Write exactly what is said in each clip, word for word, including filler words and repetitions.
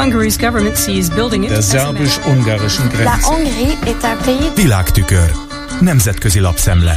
Der szerbus-ungarischen Grenze. Világtükör. Nemzetközi lapszemle.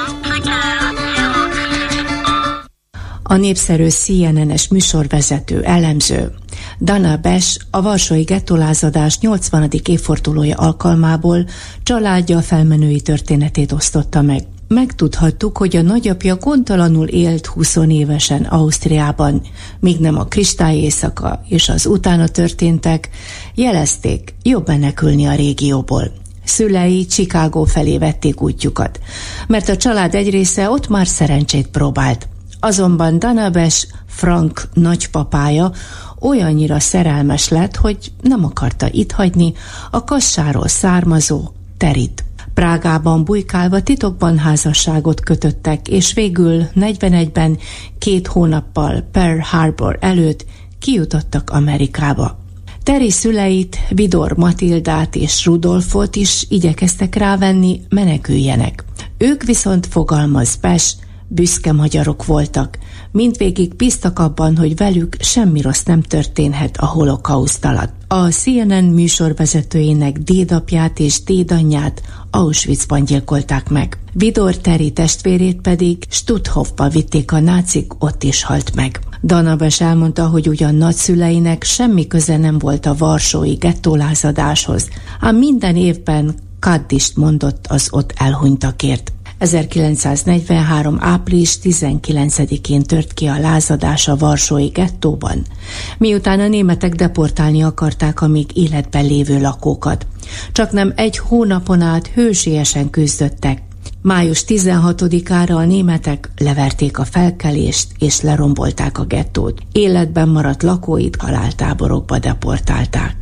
A népszerű C N N-es műsorvezető, elemző Dana Bash a varsói gettólázadás nyolcvanadik évfordulója alkalmából családja felmenői történetét osztotta meg. Megtudhattuk, hogy a nagyapja gondtalanul élt huszonévesen Ausztriában, míg nem a kristály éjszaka és az utána történtek jelezték, jobb menekülni a régióból. Szülei Chicago felé vették útjukat, mert a család egy része ott már szerencsét próbált. Azonban Dana Bash, Frank nagypapája olyannyira szerelmes lett, hogy nem akarta itt hagyni a kassáról származó Terryt. Prágában bujkálva titokban házasságot kötöttek, és végül negyvenegyben, két hónappal Pearl Harbor előtt kijutottak Amerikába. Terry szüleit, Vidor Matildát és Rudolfot is igyekeztek rávenni, meneküljenek. Ők viszont, fogalmaz Bash, büszke magyarok voltak. Mindvégig bíztak abban, hogy velük semmi rossz nem történhet a holokauszt alatt. A C N N műsorvezetőjének dédapját és dédanyját Auschwitzban gyilkolták meg. Vidor Terry testvérét pedig Stutthofba vitték a nácik, ott is halt meg. Dana Bash elmondta, hogy ugyan nagyszüleinek semmi köze nem volt a varsói gettólázadáshoz, ám minden évben kaddist mondott az ott elhunytakért. ezerkilencszáznegyvenhárom. április tizenkilencedikén tört ki a lázadás a varsói gettóban, miután a németek deportálni akarták a még életben lévő lakókat. Csaknem egy hónapon át hősiesen küzdöttek. május tizenhatodikára a németek leverték a felkelést és lerombolták a gettót. Életben maradt lakóit haláltáborokba deportálták.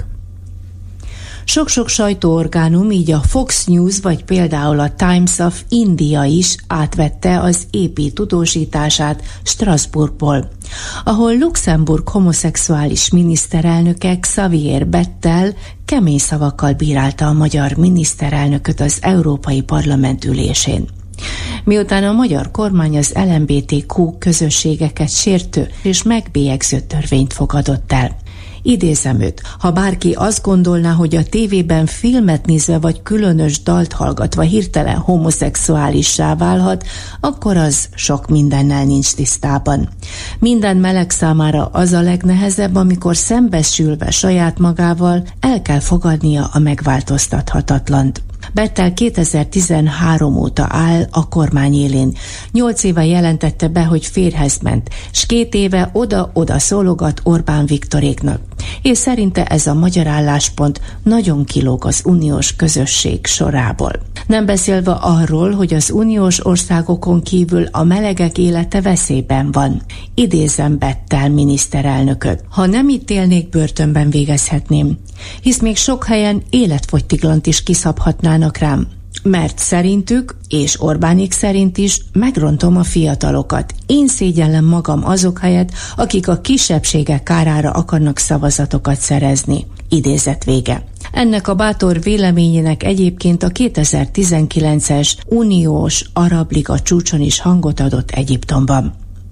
Sok-sok sajtóorgánum, így a Fox News vagy például a Times of India is átvette az é pé tudósítását Strasbourgból, ahol Luxemburg homoszexuális miniszterelnöke Xavier Bettel kemény szavakkal bírálta a magyar miniszterelnököt az Európai Parlament ülésén. Miután a magyar kormány az el em bé té kú közösségeket sértő és megbélyegző törvényt fogadott el. Idézem őt, ha bárki azt gondolná, hogy a tévében filmet nézve vagy különös dalt hallgatva hirtelen homoszexuálissá válhat, akkor az sok mindennel nincs tisztában. Minden meleg számára az a legnehezebb, amikor szembesülve saját magával el kell fogadnia a megváltoztathatatlant. Bettel kétezer-tizenhárom óta áll a kormány élén. Nyolc éve jelentette be, hogy férjhez ment, s két éve oda-oda szólogat Orbán Viktoréknak. És szerinte ez a magyar álláspont nagyon kilóg az uniós közösség sorából. Nem beszélve arról, hogy az uniós országokon kívül a melegek élete veszélyben van. Idézem Bettel miniszterelnököt. Ha nem itt élnék, börtönben végezhetném, hisz még sok helyen életfogytiglant is kiszabhatnának rám. Mert szerintük, és Orbánik szerint is megrontom a fiatalokat. Én szégyellem magam azok helyett, akik a kisebbségek kárára akarnak szavazatokat szerezni. Idézet vége. Ennek a bátor véleményének egyébként a kétezer-tizenkilences uniós Arab Liga csúcson is hangot adott Egyiptomban.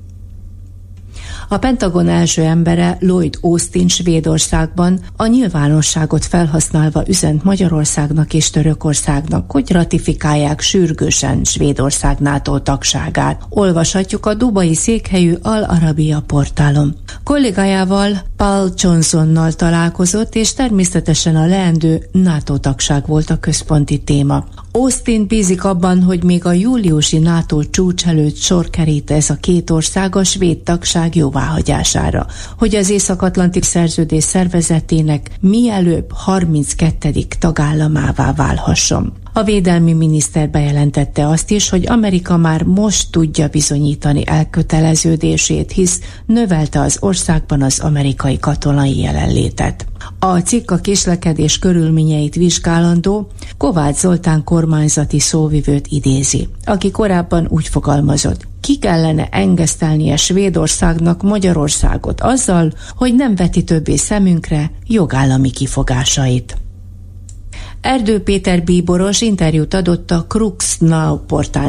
A Pentagon első embere, Lloyd Austin Svédországban a nyilvánosságot felhasználva üzent Magyarországnak és Törökországnak, hogy ratifikálják sürgősen Svédország NATO tagságát. Olvashatjuk a dubai székhelyű Al Arabia portálon. Kollégájával, Paul Johnsonnal találkozott, és természetesen a leendő NATO tagság volt a központi téma. Austin bízik abban, hogy még a júliusi NATO csúcs előtt sor kerít ez a két ország a svéd tagság jóváhagyására, hogy az Észak-Atlanti Szerződés szervezetének mielőbb harminckettedik tagállamává válhasson. A védelmi miniszter bejelentette azt is, hogy Amerika már most tudja bizonyítani elköteleződését, hisz növelte az országban az amerikai katonai jelenlétet. A cikk a késlekedés körülményeit vizsgálandó Kovács Zoltán kormányzati szóvivőt idézi, aki korábban úgy fogalmazott: ki kellene engesztelnie Svédországnak Magyarországot azzal, hogy nem veti többé szemünkre jogállami kifogásait. Erdő Péter bíboros interjút adott a Crux Now portálnak.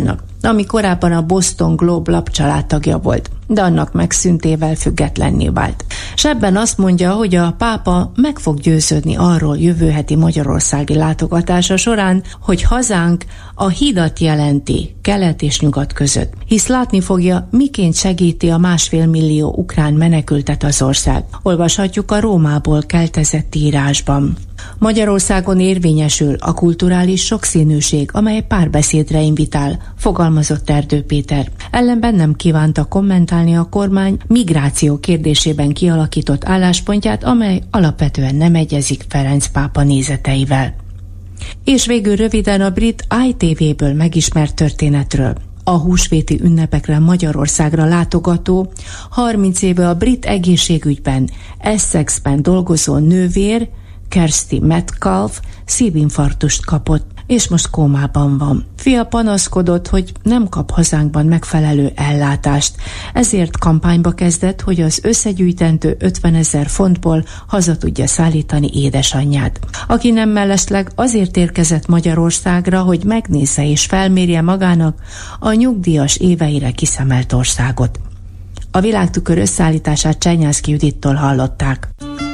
ami korábban a Boston Globe lapcsaládtagja volt, de annak megszűntével függetlenné vált. És ebben azt mondja, hogy a pápa meg fog győződni arról jövő heti magyarországi látogatása során, hogy hazánk a hidat jelenti kelet és nyugat között, hisz látni fogja, miként segíti a másfél millió ukrán menekültet az ország. Olvashatjuk a Rómából keltezett írásban. Magyarországon érvényesül a kulturális sokszínűség, amely párbeszédre invitál, fogalmazott Erdő Péter. Ellenben nem kívánta kommentálni a kormány migráció kérdésében kialakított álláspontját, amely alapvetően nem egyezik Ferenc pápa nézeteivel. És végül röviden a brit i té véből megismert történetről. A húsvéti ünnepekre Magyarországra látogató, harminc éve a brit egészségügyben, Essexben dolgozó nővér, Kirsty Metcalf szívinfarktust kapott, és most kómában van. Fia panaszkodott, hogy nem kap hazánkban megfelelő ellátást, ezért kampányba kezdett, hogy az összegyűjtendő ötvenezer fontból haza tudja szállítani édesanyját, aki nem mellesleg azért érkezett Magyarországra, hogy megnézze és felmérje magának a nyugdíjas éveire kiszemelt országot. A Világtükör összeállítását Csernyánszky Judittól hallották.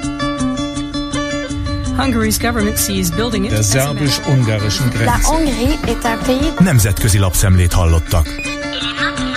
Der szerbus-ungarischen Grenze. Nemzetközi lapszemlét hallottak.